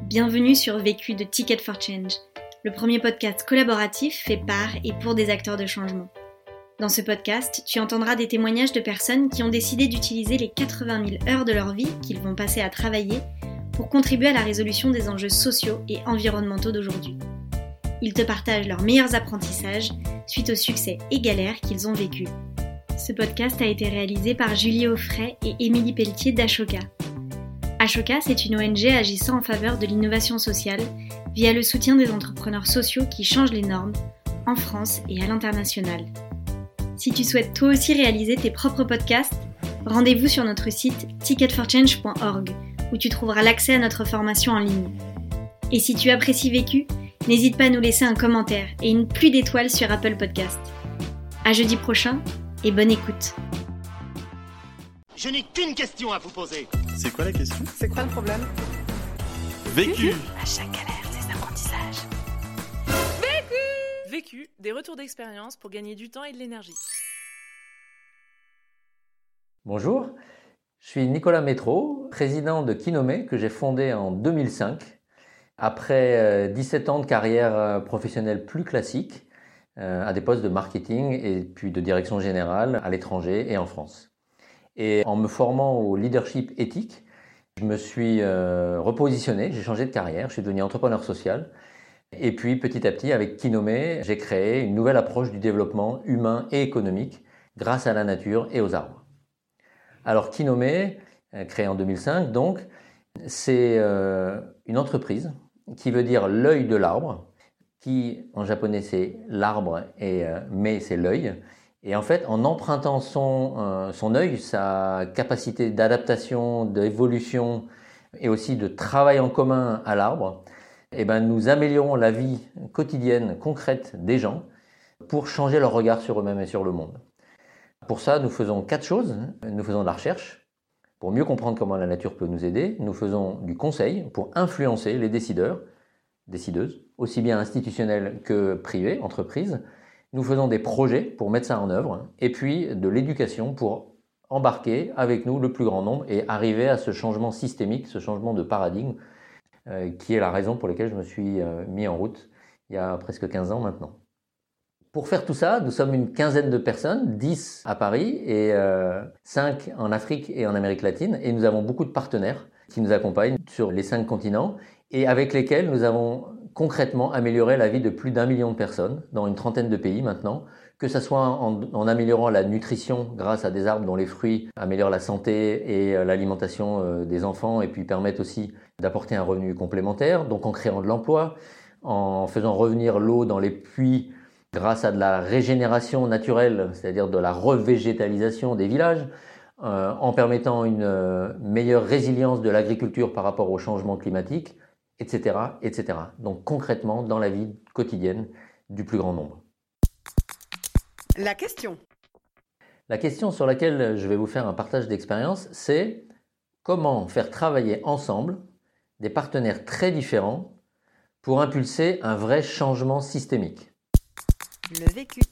Bienvenue sur Vécu de Ticket for Change, le premier podcast collaboratif fait par et pour des acteurs de changement. Dans ce podcast, tu entendras des témoignages de personnes qui ont décidé d'utiliser les 80 000 heures de leur vie qu'ils vont passer à travailler pour contribuer à la résolution des enjeux sociaux et environnementaux d'aujourd'hui. Ils te partagent leurs meilleurs apprentissages suite aux succès et galères qu'ils ont vécus. Ce podcast a été réalisé par Julie Offray et Émilie Pelletier d'Ashoka. Ashoka, c'est une ONG agissant en faveur de l'innovation sociale via le soutien des entrepreneurs sociaux qui changent les normes en France et à l'international. Si tu souhaites toi aussi réaliser tes propres podcasts, rendez-vous sur notre site ticketforchange.org où tu trouveras l'accès à notre formation en ligne. Et si tu apprécies Vécu, n'hésite pas à nous laisser un commentaire et une pluie d'étoiles sur Apple Podcast. À jeudi prochain et bonne écoute. Je n'ai qu'une question à vous poser. C'est quoi la question? C'est quoi le problème? Vécu. À chaque galère, des apprentissages. Vécu, des retours d'expérience pour gagner du temps et de l'énergie. Bonjour, je suis Nicolas Métraud, président de Kinomé que j'ai fondé en 2005 après 17 ans de carrière professionnelle plus classique à des postes de marketing et puis de direction générale à l'étranger et en France. Et en me formant au leadership éthique, je me suis repositionné, j'ai changé de carrière, je suis devenu entrepreneur social. Et puis petit à petit, avec Kinomé, j'ai créé une nouvelle approche du développement humain et économique grâce à la nature et aux arbres. Alors Kinomé, créé en 2005, donc, c'est une entreprise qui veut dire l'œil de l'arbre, qui en japonais c'est l'arbre et mais c'est l'œil. Et en fait, en empruntant son œil, sa capacité d'adaptation, d'évolution et aussi de travail en commun à l'arbre, nous améliorons la vie quotidienne, concrète des gens pour changer leur regard sur eux-mêmes et sur le monde. Pour ça, nous faisons 4 choses. Nous faisons de la recherche pour mieux comprendre comment la nature peut nous aider. Nous faisons du conseil pour influencer les décideurs, décideuses, aussi bien institutionnels que privés, entreprises. Nous faisons des projets pour mettre ça en œuvre et puis de l'éducation pour embarquer avec nous le plus grand nombre et arriver à ce changement systémique, ce changement de paradigme qui est la raison pour laquelle je me suis mis en route il y a presque 15 ans maintenant. Pour faire tout ça, nous sommes une quinzaine de personnes, 10 à Paris et 5 en Afrique et en Amérique latine. Et nous avons beaucoup de partenaires qui nous accompagnent sur les 5 continents et avec lesquels nous avons concrètement amélioré la vie de plus d'1 million de personnes dans une trentaine de pays maintenant, que ce soit en améliorant la nutrition grâce à des arbres dont les fruits améliorent la santé et l'alimentation des enfants et puis permettent aussi d'apporter un revenu complémentaire, donc en créant de l'emploi, en faisant revenir l'eau dans les puits grâce à de la régénération naturelle, c'est-à-dire de la revégétalisation des villages, en permettant une meilleure résilience de l'agriculture par rapport au changement climatique, etc., etc. Donc concrètement dans la vie quotidienne du plus grand nombre. La question. La question sur laquelle je vais vous faire un partage d'expérience, c'est comment faire travailler ensemble des partenaires très différents pour impulser un vrai changement systémique. Le vécu.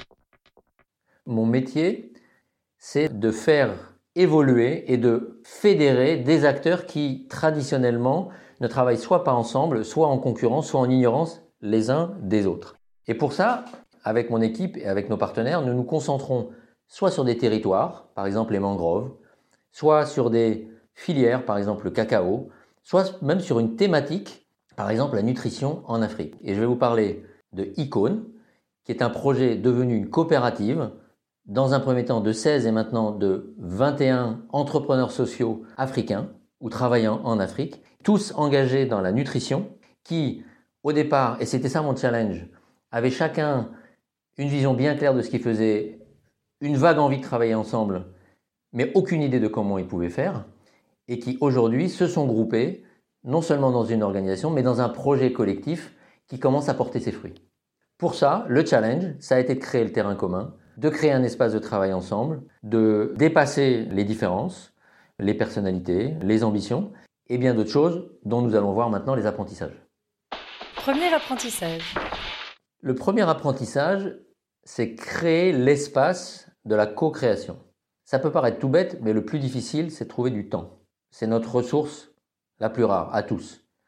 Mon métier, c'est de faire évoluer et de fédérer des acteurs qui, traditionnellement, ne travaillent soit pas ensemble, soit en concurrence, soit en ignorance les uns des autres. Et pour ça, avec mon équipe et avec nos partenaires, nous nous concentrons soit sur des territoires, par exemple les mangroves, soit sur des filières, par exemple le cacao, soit même sur une thématique, par exemple la nutrition en Afrique. Et je vais vous parler de Icône, qui est un projet devenu une coopérative, dans un premier temps de 16 et maintenant de 21 entrepreneurs sociaux africains ou travaillant en Afrique, tous engagés dans la nutrition, qui au départ, et c'était ça mon challenge, avaient chacun une vision bien claire de ce qu'ils faisaient, une vague envie de travailler ensemble, mais aucune idée de comment ils pouvaient faire, et qui aujourd'hui se sont groupés, non seulement dans une organisation, mais dans un projet collectif qui commence à porter ses fruits. Pour ça, le challenge, ça a été de créer le terrain commun, de créer un espace de travail ensemble, de dépasser les différences, les personnalités, les ambitions, et bien d'autres choses dont nous allons voir maintenant les apprentissages. Premier apprentissage. Le premier apprentissage, c'est créer l'espace de la co-création. Ça peut paraître tout bête, mais le plus difficile, c'est de trouver du temps. C'est notre ressource la plus rare, à tous.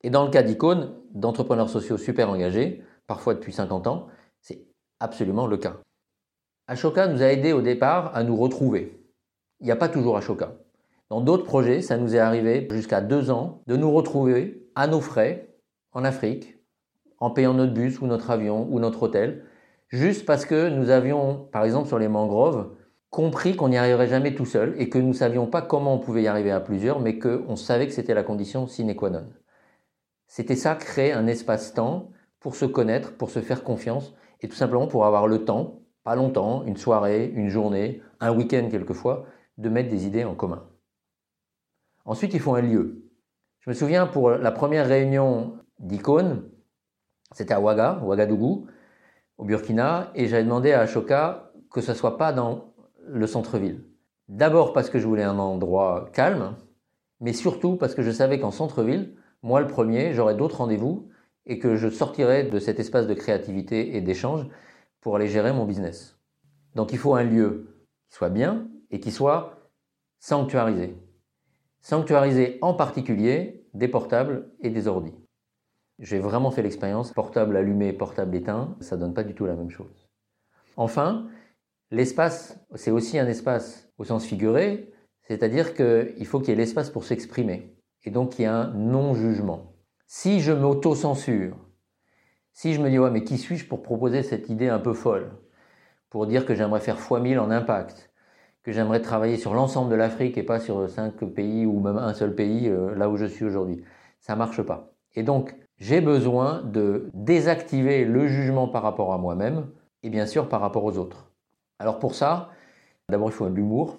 Et dans le cas d'Icône, d'entrepreneurs sociaux super engagés, parfois depuis 50 ans, c'est absolument le cas. Ashoka nous a aidés au départ à nous retrouver. Il n'y a pas toujours Ashoka. Dans d'autres projets, ça nous est arrivé jusqu'à 2 ans de nous retrouver à nos frais en Afrique, en payant notre bus ou notre avion ou notre hôtel, juste parce que nous avions, par exemple sur les mangroves, compris qu'on n'y arriverait jamais tout seul et que nous ne savions pas comment on pouvait y arriver à plusieurs, mais qu'on savait que c'était la condition sine qua non. C'était ça, créer un espace-temps pour se connaître, pour se faire confiance et tout simplement pour avoir le temps, pas longtemps, une soirée, une journée, un week-end quelquefois, de mettre des idées en commun. Ensuite, il faut un lieu. Je me souviens pour la première réunion d'Icône, c'était à Ouagadougou, au Burkina, et j'avais demandé à Ashoka que ce ne soit pas dans le centre-ville. D'abord parce que je voulais un endroit calme, mais surtout parce que je savais qu'en centre-ville, moi le premier, j'aurais d'autres rendez-vous et que je sortirais de cet espace de créativité et d'échange pour aller gérer mon business. Donc il faut un lieu qui soit bien et qui soit sanctuarisé. Sanctuarisé en particulier des portables et des ordis. J'ai vraiment fait l'expérience, portable allumé, portable éteint, ça donne pas du tout la même chose. Enfin, l'espace, c'est aussi un espace au sens figuré, c'est-à-dire qu'il faut qu'il y ait l'espace pour s'exprimer. Et donc il y a un non-jugement. Si je m'auto-censure, si je me dis « ouais mais qui suis-je pour proposer cette idée un peu folle ?» pour dire que j'aimerais faire x1000 en impact, que j'aimerais travailler sur l'ensemble de l'Afrique et pas sur 5 pays ou même un seul pays là où je suis aujourd'hui. Ça marche pas. Et donc, j'ai besoin de désactiver le jugement par rapport à moi-même et bien sûr par rapport aux autres. Alors pour ça, d'abord il faut de l'humour.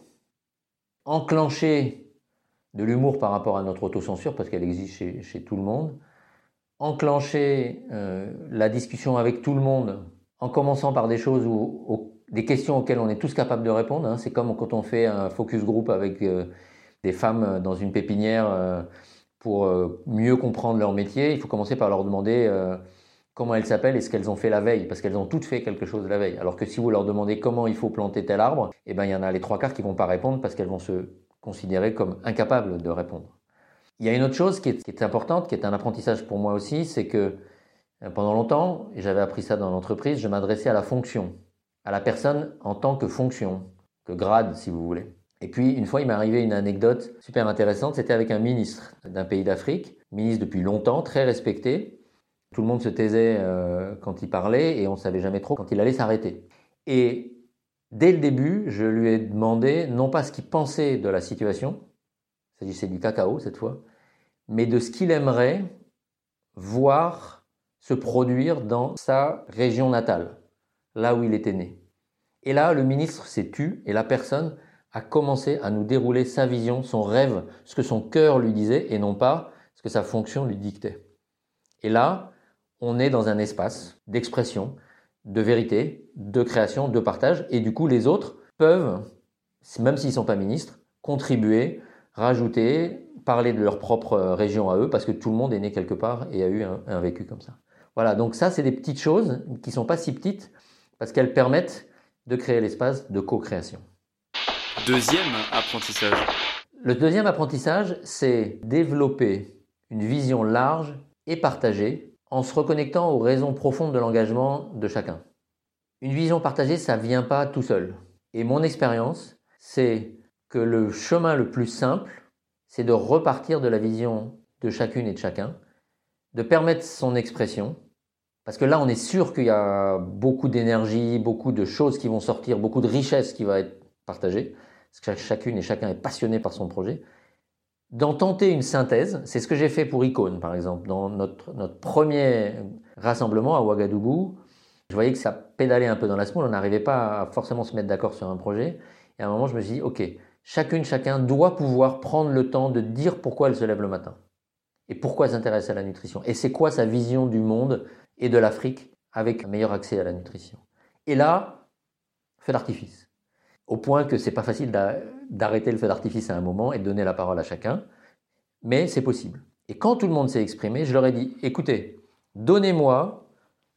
Enclencher de l'humour par rapport à notre autocensure parce qu'elle existe chez tout le monde. Enclencher la discussion avec tout le monde en commençant par des choses des questions auxquelles on est tous capables de répondre. Hein. C'est comme quand on fait un focus group avec des femmes dans une pépinière pour mieux comprendre leur métier. Il faut commencer par leur demander comment elles s'appellent et ce qu'elles ont fait la veille, parce qu'elles ont toutes fait quelque chose la veille. Alors que si vous leur demandez comment il faut planter tel arbre, eh ben, il y en a les 3/4 qui vont pas répondre parce qu'elles vont se considérer comme incapables de répondre. Il y a une autre chose qui est importante, qui est un apprentissage pour moi aussi, c'est que pendant longtemps, et j'avais appris ça dans l'entreprise, je m'adressais à la fonction, à la personne en tant que fonction, que grade si vous voulez. Et puis une fois, il m'est arrivé une anecdote super intéressante, c'était avec un ministre d'un pays d'Afrique, ministre depuis longtemps, très respecté. Tout le monde se taisait quand il parlait et on ne savait jamais trop quand il allait s'arrêter. Et dès le début, je lui ai demandé non pas ce qu'il pensait de la situation, il s'agissait du cacao cette fois, mais de ce qu'il aimerait voir se produire dans sa région natale, là où il était né. Et là, le ministre s'est tu et la personne a commencé à nous dérouler sa vision, son rêve, ce que son cœur lui disait et non pas ce que sa fonction lui dictait. Et là, on est dans un espace d'expression, de vérité, de création, de partage et du coup, les autres peuvent, même s'ils ne sont pas ministres, contribuer, rajouter, parler de leur propre région à eux parce que tout le monde est né quelque part et a eu un vécu comme ça. Voilà, donc ça, c'est des petites choses qui ne sont pas si petites parce qu'elles permettent de créer l'espace de co-création. Deuxième apprentissage. Le deuxième apprentissage, c'est développer une vision large et partagée en se reconnectant aux raisons profondes de l'engagement de chacun. Une vision partagée, ça ne vient pas tout seul. Et mon expérience, c'est que le chemin le plus simple, c'est de repartir de la vision de chacune et de chacun, de permettre son expression, parce que là, on est sûr qu'il y a beaucoup d'énergie, beaucoup de choses qui vont sortir, beaucoup de richesses qui vont être partagées, parce que chacune et chacun est passionné par son projet. D'en tenter une synthèse, c'est ce que j'ai fait pour Icône, par exemple. Dans notre premier rassemblement à Ouagadougou, je voyais que ça pédalait un peu dans la semoule, on n'arrivait pas à forcément se mettre d'accord sur un projet. Et à un moment, je me suis dit, ok, chacun doit pouvoir prendre le temps de dire pourquoi elle se lève le matin. Et pourquoi elle s'intéresse à la nutrition. Et c'est quoi sa vision du monde et de l'Afrique avec un meilleur accès à la nutrition. Et là, feu d'artifice. Au point que c'est pas facile d'arrêter le feu d'artifice à un moment et de donner la parole à chacun, mais c'est possible. Et quand tout le monde s'est exprimé, je leur ai dit, écoutez, donnez-moi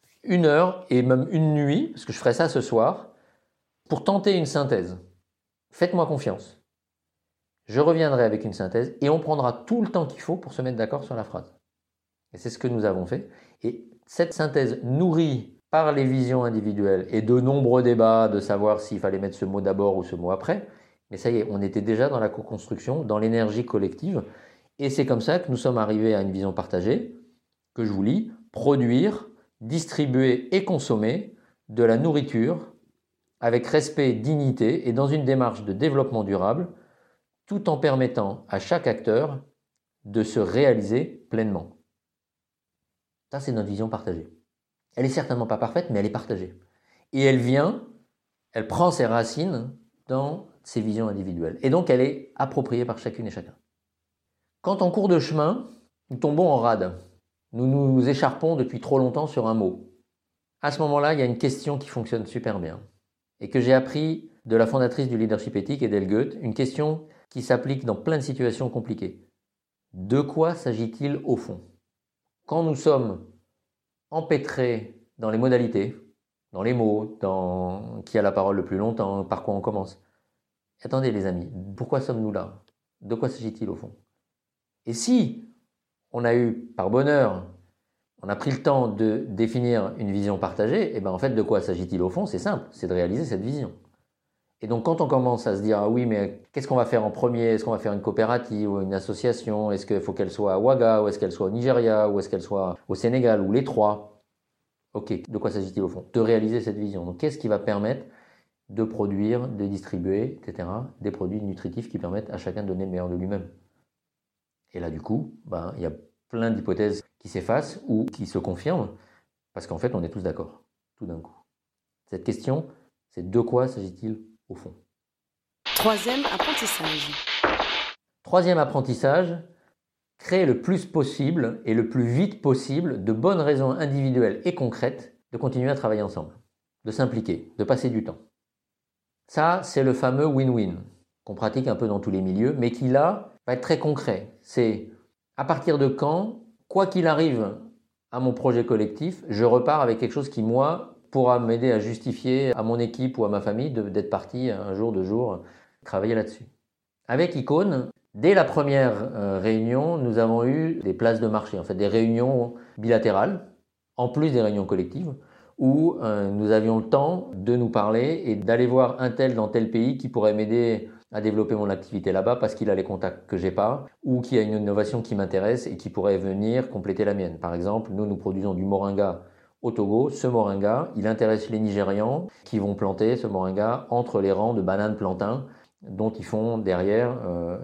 1 heure et même une nuit, parce que je ferai ça ce soir, pour tenter une synthèse. Faites-moi confiance. Je reviendrai avec une synthèse et on prendra tout le temps qu'il faut pour se mettre d'accord sur la phrase. Et c'est ce que nous avons fait. Et cette synthèse nourrie par les visions individuelles et de nombreux débats de savoir s'il fallait mettre ce mot d'abord ou ce mot après, mais ça y est, on était déjà dans la co-construction, dans l'énergie collective. Et c'est comme ça que nous sommes arrivés à une vision partagée, que je vous lis, produire, distribuer et consommer de la nourriture avec respect, dignité et dans une démarche de développement durable, tout en permettant à chaque acteur de se réaliser pleinement. Ça, c'est notre vision partagée. Elle est certainement pas parfaite, mais elle est partagée. Et elle prend ses racines dans ses visions individuelles. Et donc, elle est appropriée par chacune et chacun. Quand en cours de chemin, nous tombons en rade, nous nous écharpons depuis trop longtemps sur un mot. À ce moment-là, il y a une question qui fonctionne super bien et que j'ai appris de la fondatrice du leadership éthique, Edel Goethe, une question qui s'applique dans plein de situations compliquées. De quoi s'agit-il au fond ? Quand nous sommes empêtrés dans les modalités, dans les mots, dans qui a la parole le plus longtemps, par quoi on commence. Attendez les amis, pourquoi sommes-nous là ? De quoi s'agit-il au fond ? Et si on a eu, par bonheur, on a pris le temps de définir une vision partagée, et bien en fait de quoi s'agit-il au fond ? C'est simple, c'est de réaliser cette vision. Et donc quand on commence à se dire ah oui mais qu'est-ce qu'on va faire en premier ? Est-ce qu'on va faire une coopérative ou une association ? Est-ce qu'il faut qu'elle soit à Ouaga ou est-ce qu'elle soit au Nigeria ou est-ce qu'elle soit au Sénégal ou les trois ? Ok, de quoi s'agit-il au fond ? De réaliser cette vision. Donc qu'est-ce qui va permettre de produire, de distribuer, etc. des produits nutritifs qui permettent à chacun de donner le meilleur de lui-même ? Et là du coup, il y a plein d'hypothèses qui s'effacent ou qui se confirment parce qu'en fait on est tous d'accord, tout d'un coup. Cette question, c'est de quoi s'agit-il au fond ? Troisième apprentissage. Troisième apprentissage, créer le plus possible et le plus vite possible de bonnes raisons individuelles et concrètes de continuer à travailler ensemble, de s'impliquer, de passer du temps. Ça, c'est le fameux win-win qu'on pratique un peu dans tous les milieux, mais qui là va être très concret. C'est à partir de quand, quoi qu'il arrive à mon projet collectif, je repars avec quelque chose qui, moi, pourra m'aider à justifier à mon équipe ou à ma famille d'être parti un jour, 2 jours, travailler là-dessus. Avec Icône, dès la première réunion, nous avons eu des places de marché, en fait des réunions bilatérales, en plus des réunions collectives, où nous avions le temps de nous parler et d'aller voir un tel dans tel pays qui pourrait m'aider à développer mon activité là-bas parce qu'il a les contacts que j'ai pas ou qui a une innovation qui m'intéresse et qui pourrait venir compléter la mienne. Par exemple, nous produisons du moringa au Togo. Ce moringa, il intéresse les Nigérians qui vont planter ce moringa entre les rangs de bananes plantains dont ils font derrière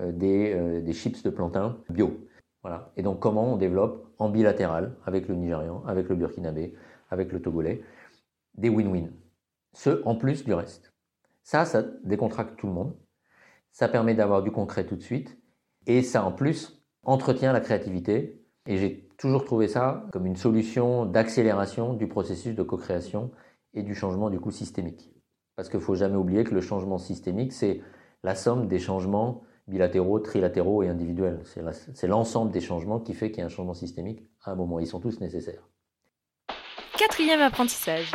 des chips de plantain bio. Voilà. Et donc comment on développe en bilatéral avec le Nigérian, avec le Burkinabé, avec le Togolais, des win-win. Ce en plus du reste. Ça décontracte tout le monde. Ça permet d'avoir du concret tout de suite. Et ça en plus entretient la créativité. Et j'ai toujours trouvé ça comme une solution d'accélération du processus de co-création et du changement du coup systémique. Parce qu'il ne faut jamais oublier que le changement systémique, c'est la somme des changements bilatéraux, trilatéraux et individuels. C'est l'ensemble des changements qui fait qu'il y a un changement systémique à un moment. Ils sont tous nécessaires. Quatrième apprentissage.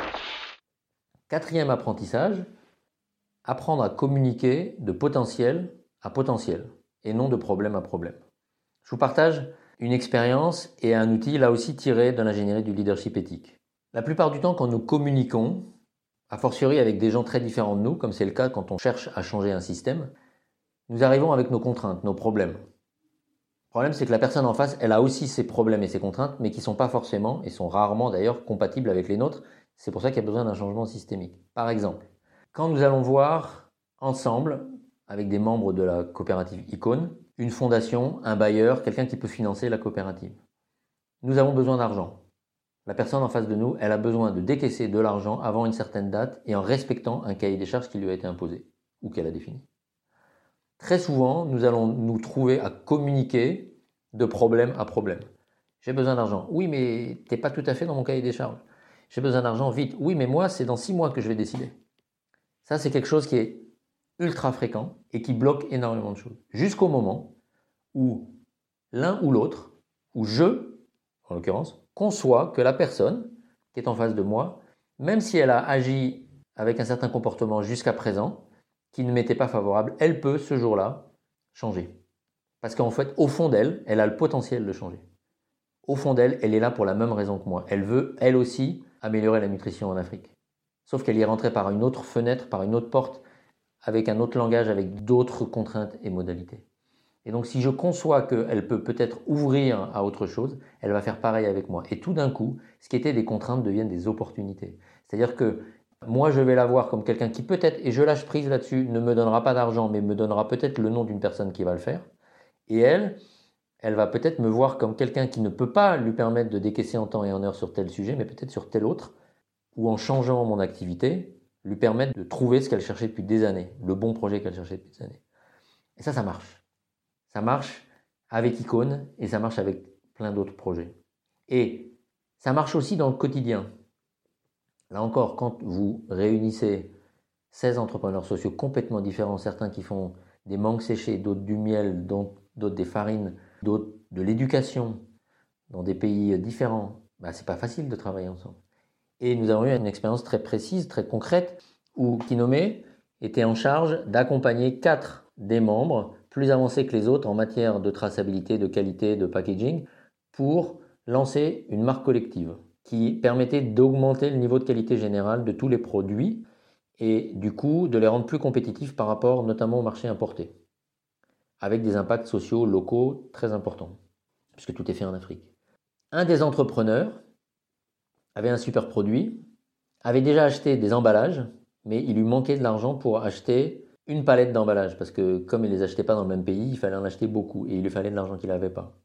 Quatrième apprentissage, apprendre à communiquer de potentiel à potentiel et non de problème à problème. Je vous partage une expérience et un outil là aussi tiré de l'ingénierie du leadership éthique. La plupart du temps, quand nous communiquons, a fortiori avec des gens très différents de nous, comme c'est le cas quand on cherche à changer un système, nous arrivons avec nos contraintes, nos problèmes. Le problème, c'est que la personne en face, elle a aussi ses problèmes et ses contraintes, mais qui ne sont pas forcément, et sont rarement d'ailleurs, compatibles avec les nôtres. C'est pour ça qu'il y a besoin d'un changement systémique. Par exemple, quand nous allons voir ensemble, avec des membres de la coopérative Icône, une fondation, un bailleur, quelqu'un qui peut financer la coopérative. Nous avons besoin d'argent. La personne en face de nous, elle a besoin de décaisser de l'argent avant une certaine date et en respectant un cahier des charges qui lui a été imposé ou qu'elle a défini. Très souvent, nous allons nous trouver à communiquer de problème à problème. J'ai besoin d'argent. Oui, mais t'es pas tout à fait dans mon cahier des charges. J'ai besoin d'argent vite. Oui, mais moi, c'est dans 6 mois que je vais décider. Ça, c'est quelque chose qui est ultra fréquent et qui bloque énormément de choses. Jusqu'au moment où l'un ou l'autre, ou je, en l'occurrence, conçoit que la personne qui est en face de moi, même si elle a agi avec un certain comportement jusqu'à présent, qui ne m'était pas favorable, elle peut ce jour-là changer. Parce qu'en fait, au fond d'elle, elle a le potentiel de changer. au fond d'elle, elle est là pour la même raison que moi. Elle veut, elle aussi, améliorer la nutrition en Afrique. Sauf qu'elle y est rentrée par une autre fenêtre, par une autre porte, avec un autre langage, avec d'autres contraintes et modalités. Et donc si je conçois qu'elle peut peut-être ouvrir à autre chose, elle va faire pareil avec moi. Et tout d'un coup, ce qui était des contraintes deviennent des opportunités. C'est-à-dire que moi, je vais la voir comme quelqu'un qui peut-être, et je lâche prise là-dessus, ne me donnera pas d'argent, mais me donnera peut-être le nom d'une personne qui va le faire. Et elle va peut-être me voir comme quelqu'un qui ne peut pas lui permettre de décaisser en temps et en heure sur tel sujet, mais peut-être sur tel autre, ou en changeant mon activité, lui permettre de trouver ce qu'elle cherchait depuis des années, le bon projet qu'elle cherchait depuis des années. Et ça marche. Ça marche avec Icône et ça marche avec plein d'autres projets. Et ça marche aussi dans le quotidien. Là encore, quand vous réunissez 16 entrepreneurs sociaux complètement différents, certains qui font des mangues séchées, d'autres du miel, d'autres des farines, d'autres de l'éducation, dans des pays différents, c'est pas facile de travailler ensemble. Et nous avons eu une expérience très précise, très concrète, où Kinome était en charge d'accompagner 4 des membres plus avancés que les autres en matière de traçabilité, de qualité, de packaging, pour lancer une marque collective qui permettait d'augmenter le niveau de qualité général de tous les produits et du coup de les rendre plus compétitifs par rapport notamment au marché importé, avec des impacts sociaux locaux très importants, puisque tout est fait en Afrique. Un des entrepreneurs avait un super produit, avait déjà acheté des emballages, mais il lui manquait de l'argent pour acheter une palette d'emballages, parce que comme il ne les achetait pas dans le même pays, il fallait en acheter beaucoup, et il lui fallait de l'argent qu'il n'avait pas.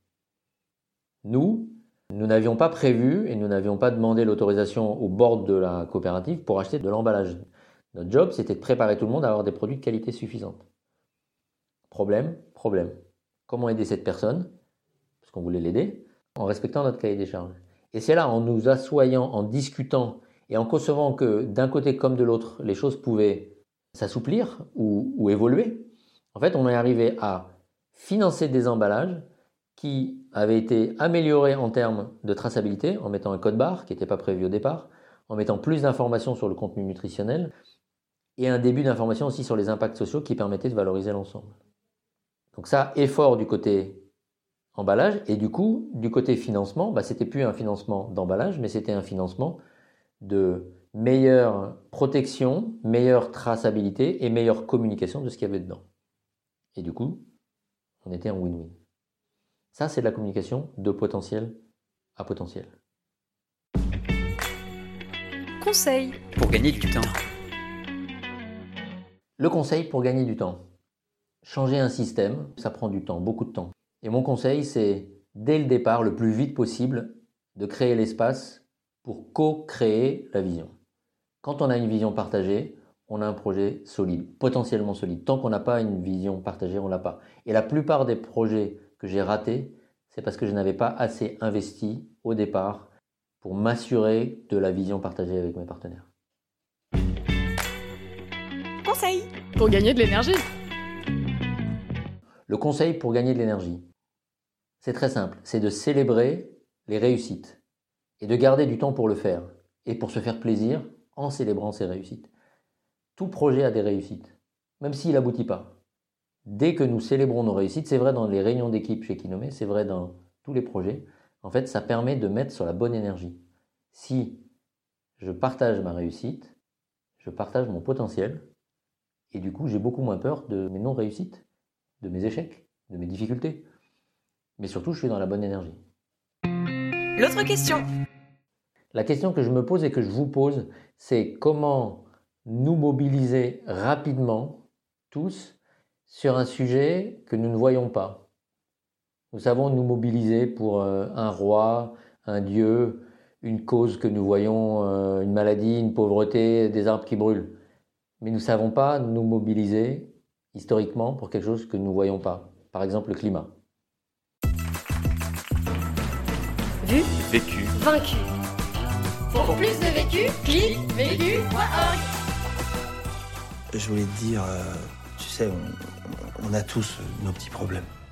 Nous n'avions pas prévu, et nous n'avions pas demandé l'autorisation au board de la coopérative pour acheter de l'emballage. Notre job, c'était de préparer tout le monde à avoir des produits de qualité suffisante. Problème. Comment aider cette personne, parce qu'on voulait l'aider, en respectant notre cahier des charges. Et c'est là, en nous assoyant, en discutant, et en concevant que d'un côté comme de l'autre, les choses pouvaient s'assouplir ou évoluer, en fait, on est arrivé à financer des emballages qui avaient été améliorés en termes de traçabilité, en mettant un code barre qui n'était pas prévu au départ, en mettant plus d'informations sur le contenu nutritionnel, et un début d'information aussi sur les impacts sociaux qui permettaient de valoriser l'ensemble. Donc ça, effort du côté emballage, et du coup, du côté financement, c'était plus un financement d'emballage, mais c'était un financement de meilleure protection, meilleure traçabilité et meilleure communication de ce qu'il y avait dedans. Et du coup, on était en win-win. Ça, c'est de la communication de potentiel à potentiel. Conseil pour gagner du temps. Le conseil pour gagner du temps. Changer un système, ça prend du temps, beaucoup de temps. Et mon conseil, c'est dès le départ, le plus vite possible, de créer l'espace pour co-créer la vision. Quand on a une vision partagée, on a un projet solide, potentiellement solide. Tant qu'on n'a pas une vision partagée, on ne l'a pas. Et la plupart des projets que j'ai ratés, c'est parce que je n'avais pas assez investi au départ pour m'assurer de la vision partagée avec mes partenaires. Conseil pour gagner de l'énergie. Le conseil pour gagner de l'énergie, c'est très simple, c'est de célébrer les réussites et de garder du temps pour le faire et pour se faire plaisir en célébrant ces réussites. Tout projet a des réussites, même s'il n'aboutit pas. Dès que nous célébrons nos réussites, c'est vrai dans les réunions d'équipe chez Kinome, c'est vrai dans tous les projets, en fait, ça permet de mettre sur la bonne énergie. Si je partage ma réussite, je partage mon potentiel, et du coup, j'ai beaucoup moins peur de mes non-réussites, de mes échecs, de mes difficultés. Mais surtout, je suis dans la bonne énergie. L'autre question. La question que je me pose et que je vous pose, c'est comment nous mobiliser rapidement, tous, sur un sujet que nous ne voyons pas. Nous savons nous mobiliser pour un roi, un dieu, une cause que nous voyons, une maladie, une pauvreté, des arbres qui brûlent. Mais nous ne savons pas nous mobiliser historiquement pour quelque chose que nous ne voyons pas. Par exemple, le climat. Vu, Vécu. vaincu. Pour plus de vécu, clique vécu.org. Je voulais te dire, tu sais, on a tous nos petits problèmes.